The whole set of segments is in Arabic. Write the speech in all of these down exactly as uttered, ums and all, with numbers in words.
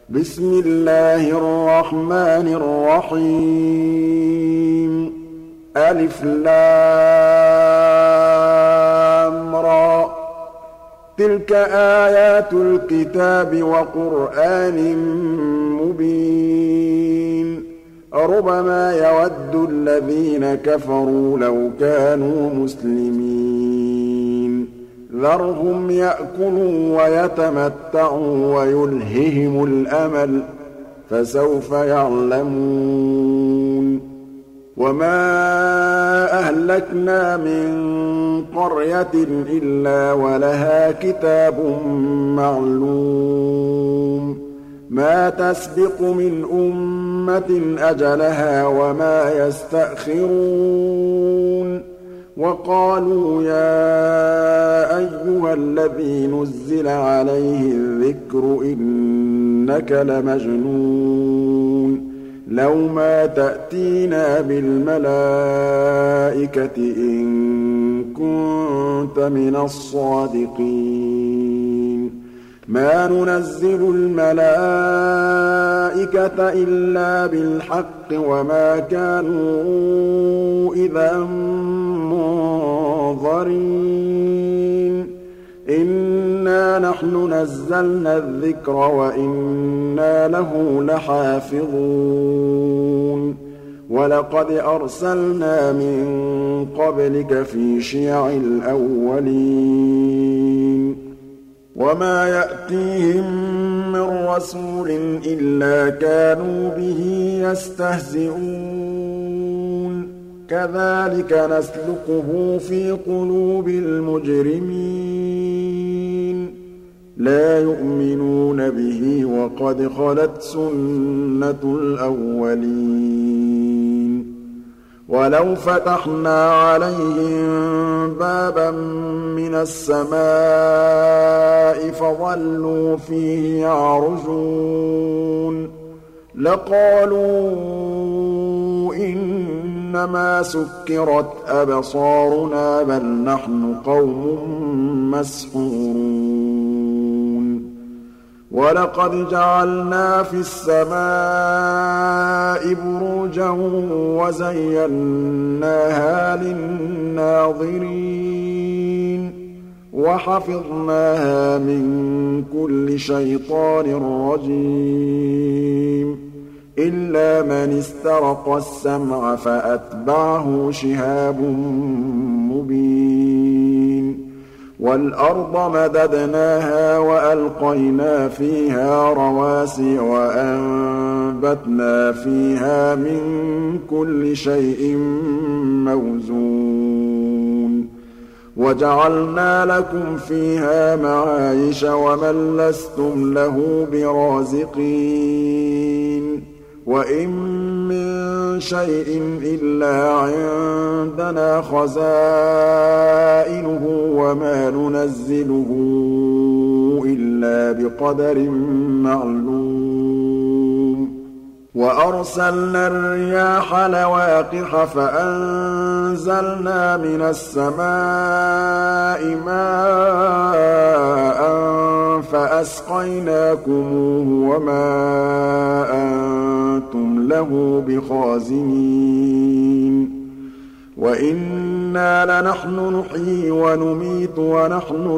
بسم الله الرحمن الرحيم ألف لام را تلك آيات الكتاب وقرآن مبين ربما يود الذين كفروا لو كانوا مسلمين ذرهم يأكلوا ويتمتعوا ويلههم الأمل فسوف يعلمون وما أهلكنا من قرية إلا ولها كتاب معلوم ما تسبق من أمة أجلها وما يستأخرون وقالوا يا أيها الذي نزل عليه الذكر إنك لمجنون لو ما تأتينا بالملائكة إن كنت من الصادقين ما ننزل الملائكة إلا بالحق وما كانوا إذا منظرين إنا نحن نزلنا الذكر وإنا له لحافظون ولقد أرسلنا من قبلك في شيع الأولين وما يأتيهم من رسول إلا كانوا به يستهزئون كذلك نسلكه في قلوب المجرمين لا يؤمنون به وقد خلت سنة الأولين ولو فتحنا عليهم بابا من السماء فظلوا فيه يعرجون لقالوا إنما سكرت أبصارنا بل نحن قوم مسحورون ولقد جعلنا في السماء بروجا وزيناها للناظرين وحفظناها من كل شيطان رجيم إلا من استرق السمع فأتبعه شهاب مبين والأرض مددناها وألقينا فيها رواسي وأنبتنا فيها من كل شيء موزون وجعلنا لكم فيها معايش ومن لستم له برازقين وإن من شيء إلا عندنا خزائنه وما ننزله إلا بقدر معلوم وأرسلنا الرياح لواقح فأنزلنا من السماء ماء فأسقيناكموه وما أنتم له بخازنين وإنا لنحن نحيي ونميت ونحن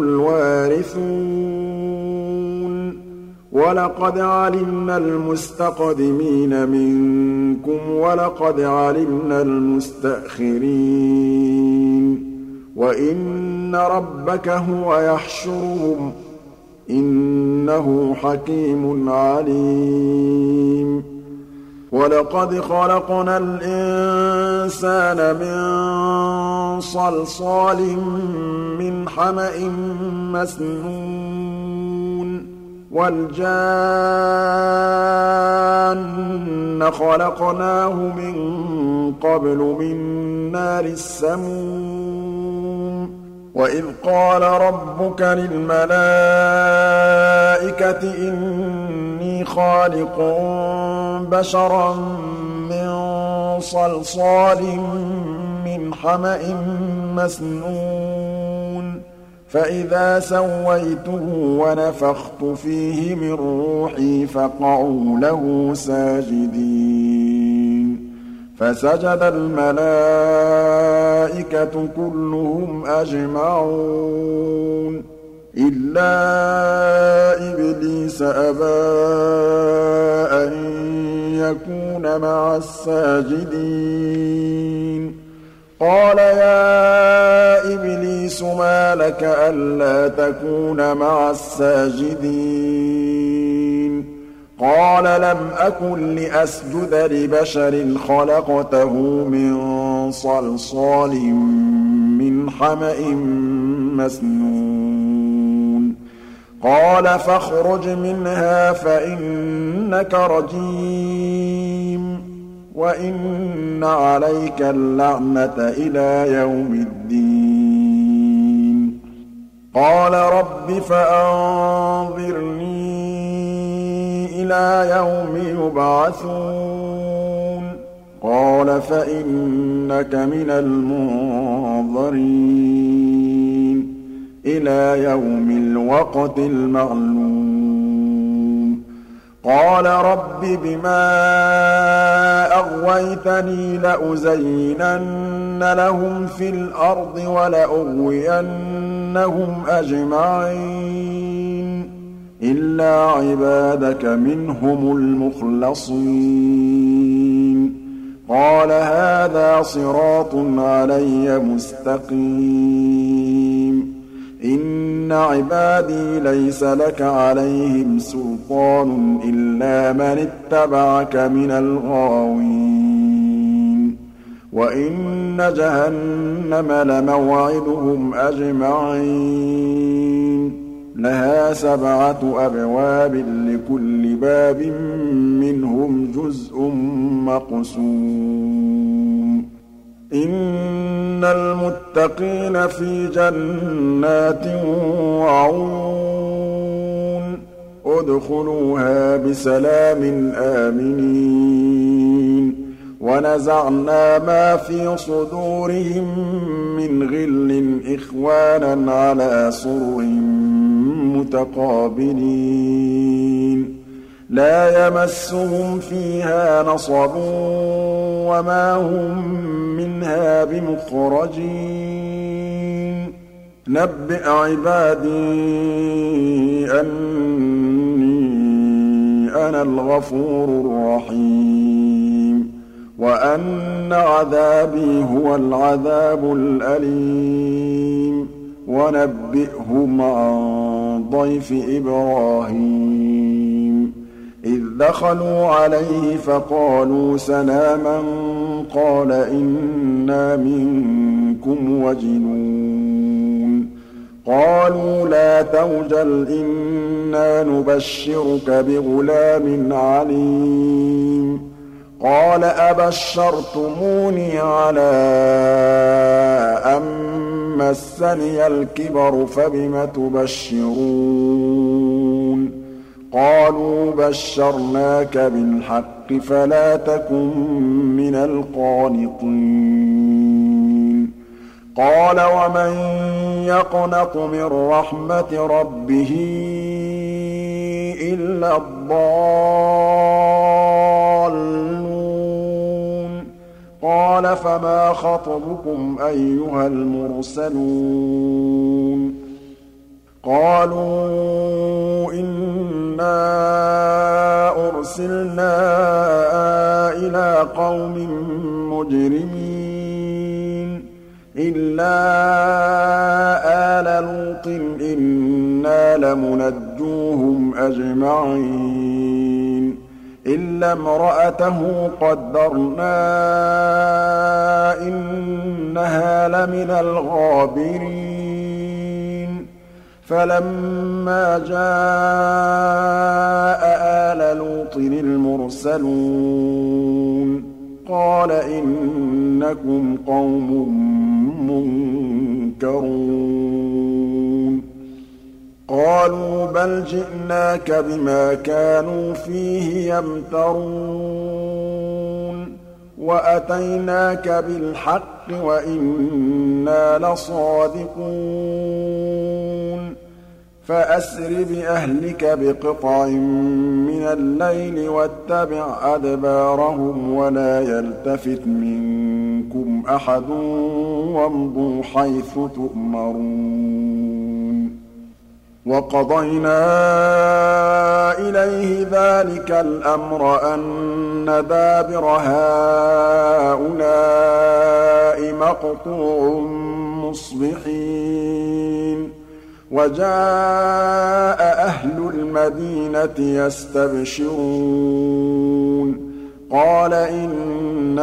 الوارثون ولقد علمنا المستقدمين منكم ولقد علمنا المستأخرين وإن ربك هو يحشرهم إنه حكيم عليم ولقد خلقنا الإنسان من صلصال من حمأ مسنون والجان خلقناه من قبل من نار السموم وإذ قال ربك للملائكة إني خالق بشرا من صلصال من حمأ مسنون فإذا سويته ونفخت فيه من روحي فقعوا له ساجدين فسجد الملائكة كلهم أجمعون إلا إبليس أبى أن يكون مع الساجدين قال يا إبليس ما لك ألا تكون مع الساجدين قال لم أكن لأسجد لبشر خلقته من صلصال من حمأ مسنون قال فاخرج منها فإنك رجيم وإن عليك اللعنة إلى يوم الدين قال رب فأنظرني إلى يوم يبعثون قال فإنك من المنظرين إلى يوم الوقت المعلوم قال رب بما أغويتني لأزينن لهم في الأرض ولأغوينهم أجمعين إلا عبادك منهم المخلصين قال هذا صراط علي مستقيم إن عبادي ليس لك عليهم سلطان إلا من اتبعك من الغاوين وإن جهنم لموعدهم أجمعين لها سبعة أبواب لكل باب منهم جزء مقسوم إن المتقين في جنات وعيون ادخلوها بسلام آمنين ونزعنا ما في صدورهم من غل إخوانا على سرر متقابلين لا يمسهم فيها نصب وما هم منها بمخرجين نبئ عبادي أني أنا الغفور الرحيم وأن عذابي هو العذاب الأليم ونبئهم عن ضيف إبراهيم إذ دخلوا عليه فقالوا سلاما قال إنا منكم وجلون قالوا لا توجل إنا نبشرك بغلام عليم قال أبشرتموني على أن مسني الكبر فبم تبشرون قالوا بشرناك بالحق فلا تكن من القانطين قال ومن يقنط من رحمة ربه إلا الضالون قال فما خطبكم أيها المرسلون قالوا إنا أرسلنا إلى قوم مجرمين إلا آل لوط إنا لمنجوهم أجمعين إلا امرأته قدرنا إنها لمن الغابرين فلما جاء آل لوط المرسلون قال إنكم قوم منكرون قالوا بل جئناك بما كانوا فيه يمترون وَأَتَيْنَاكَ بِالْحَقِّ وَإِنَّا لَصَادِقُونَ فَأَسْرِ بِأَهْلِكَ بِقِطْعٍ مِّنَ اللَّيْلِ وَاتَّبِعْ أَدْبَارَهُمْ وَلَا يَلْتَفِتْ مِنكُمْ أَحَدٌ وَامْضُوا حَيْثُ تُؤْمَرُونَ وَقَضَيْنَا إِلَيْهِ ذَٰلِكَ الْأَمْرَ أَنَّ دَابِرَ هَٰؤُلَاءِ مَقْطُوعٌ مُّصْبِحِينَ وَجَاءَ أَهْلُ الْمَدِينَةِ يَسْتَبْشِرُونَ قَالَ إِنَّ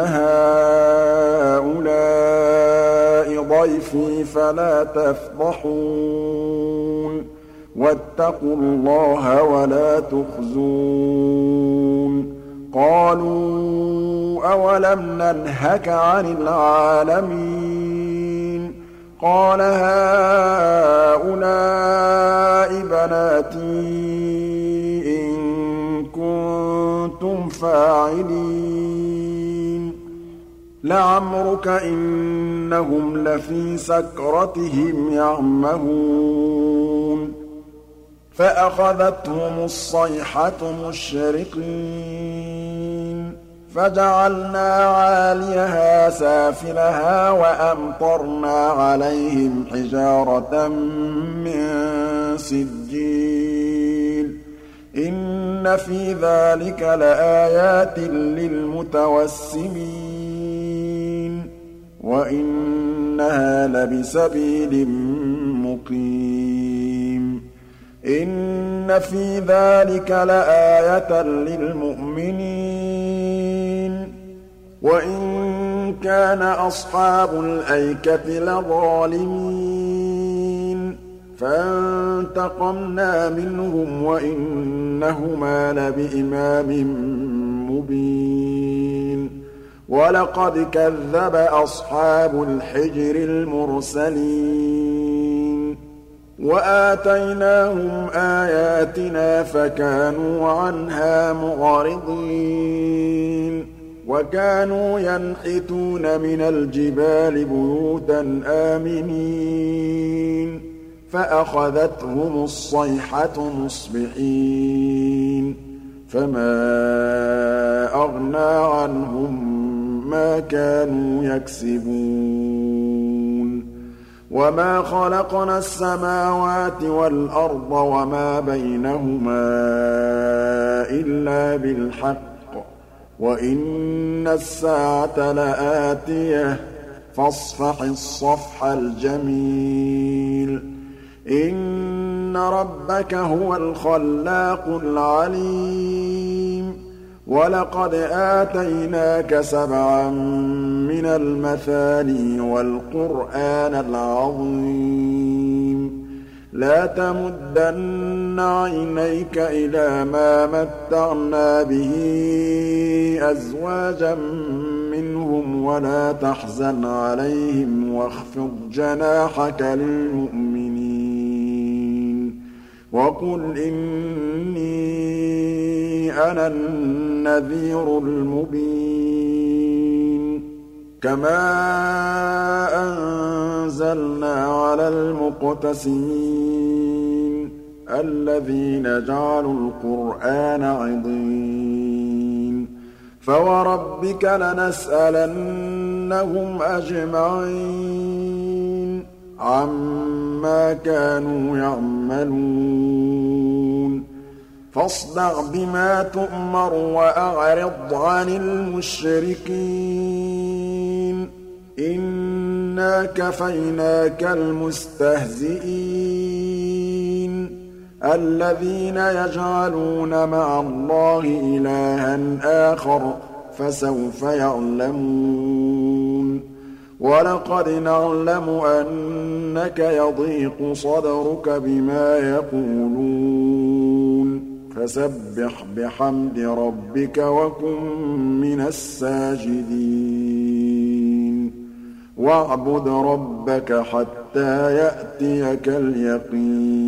هَٰؤُلَاءِ ضَيْفِي فَلَا تَفْضَحُونِ وَاتَّقُوا اللَّهَ وَلَا تُخْزُونِ قَالُوا أَوَلَمْ نَنْهَكَ عَنِ الْعَالَمِينَ قَالَ هَٰؤُلَاءِ بَنَاتِي إِن كُنتُمْ فَاعِلِينَ لَعَمْرُكَ إِنَّهُمْ لَفِي سَكْرَتِهِمْ يَعْمَهُونَ فَأَخَذَتْهُمُ الصَّيْحَةُ مُشْرِقِينَ فَجَعَلْنَا عَالِيَهَا سَافِلَهَا وَأَمْطَرْنَا عَلَيْهِمْ حِجَارَةً مِّن سِجِّيلٍ إِنَّ فِي ذَٰلِكَ لَآيَاتٍ لِّلْمُتَوَسِّمِينَ وَإِنَّهَا لَبِسَبِيلٍ مُّقِيمٍ إِنَّ فِي ذَٰلِكَ لَآيَةً لِّلْمُؤْمِنِينَ وَإِن كَانَ أَصْحَابُ الْأَيْكَةِ لَظَالِمِينَ فَانتَقَمْنَا مِنْهُمْ وَإِنَّهُمَا لَبِإِمَامٍ مُّبِينٍ وَلَقَدْ كَذَّبَ أَصْحَابُ الْحِجْرِ الْمُرْسَلِينَ وَآتَيْنَاهُمْ آيَاتِنَا فَكَانُوا عَنْهَا مُعْرِضِينَ وَكَانُوا يَنْحِتُونَ مِنَ الْجِبَالِ بُيُوتًا آمِنِينَ فَأَخَذَتْهُمُ الصَّيْحَةُ مُصْبِحِينَ فَمَا أَغْنَىٰ عَنْهُم مَّا كَانُوا يَكْسِبُونَ وَمَا خَلَقْنَا السَّمَاوَاتِ وَالْأَرْضَ وَمَا بَيْنَهُمَا إِلَّا بِالْحَقِّ وَإِنَّ السَّاعَةَ لَآتِيَةٌ فَاصْفَحِ الصَّفْحَ الْجَمِيلَ إِنَّ رَبَّكَ هُوَ الْخَلَّاقُ الْعَلِيمُ وَلَقَدْ آتَيْنَاكَ سَبْعًا مِّنَ الْمَثَانِي وَالْقُرْآنَ الْعَظِيمَ لَا تَمُدَّنَّ عَيْنَيْكَ إِلَىٰ مَا مَتَّعْنَا بِهِ أَزْوَاجًا مِّنْهُمْ وَلَا تَحْزَنْ عَلَيْهِمْ وَاخْفِضْ جَنَاحَكَ لِلْمُؤْمِنِينَ وَقُلْ إِنِّي أَنَا النَّذِيرُ الْمُبِينُ كَمَا أَنزَلْنَا عَلَى الْمُقْتَسِمِينَ الَّذِينَ جَعَلُوا الْقُرْآنَ عِضِينَ فَوَرَبِّكَ لَنَسْأَلَنَّهُمْ أَجْمَعِينَ عَمَّا كَانُوا يَعْمَلُونَ فاصدع بما تؤمر وأعرض عن المشركين إنا كفيناك المستهزئين الذين يجعلون مع الله إلها آخر فسوف يعلمون ولقد نعلم أنك يضيق صدرك بما يقولون فسبح بحمد ربك وكن من الساجدين واعبد ربك حتى يأتيك اليقين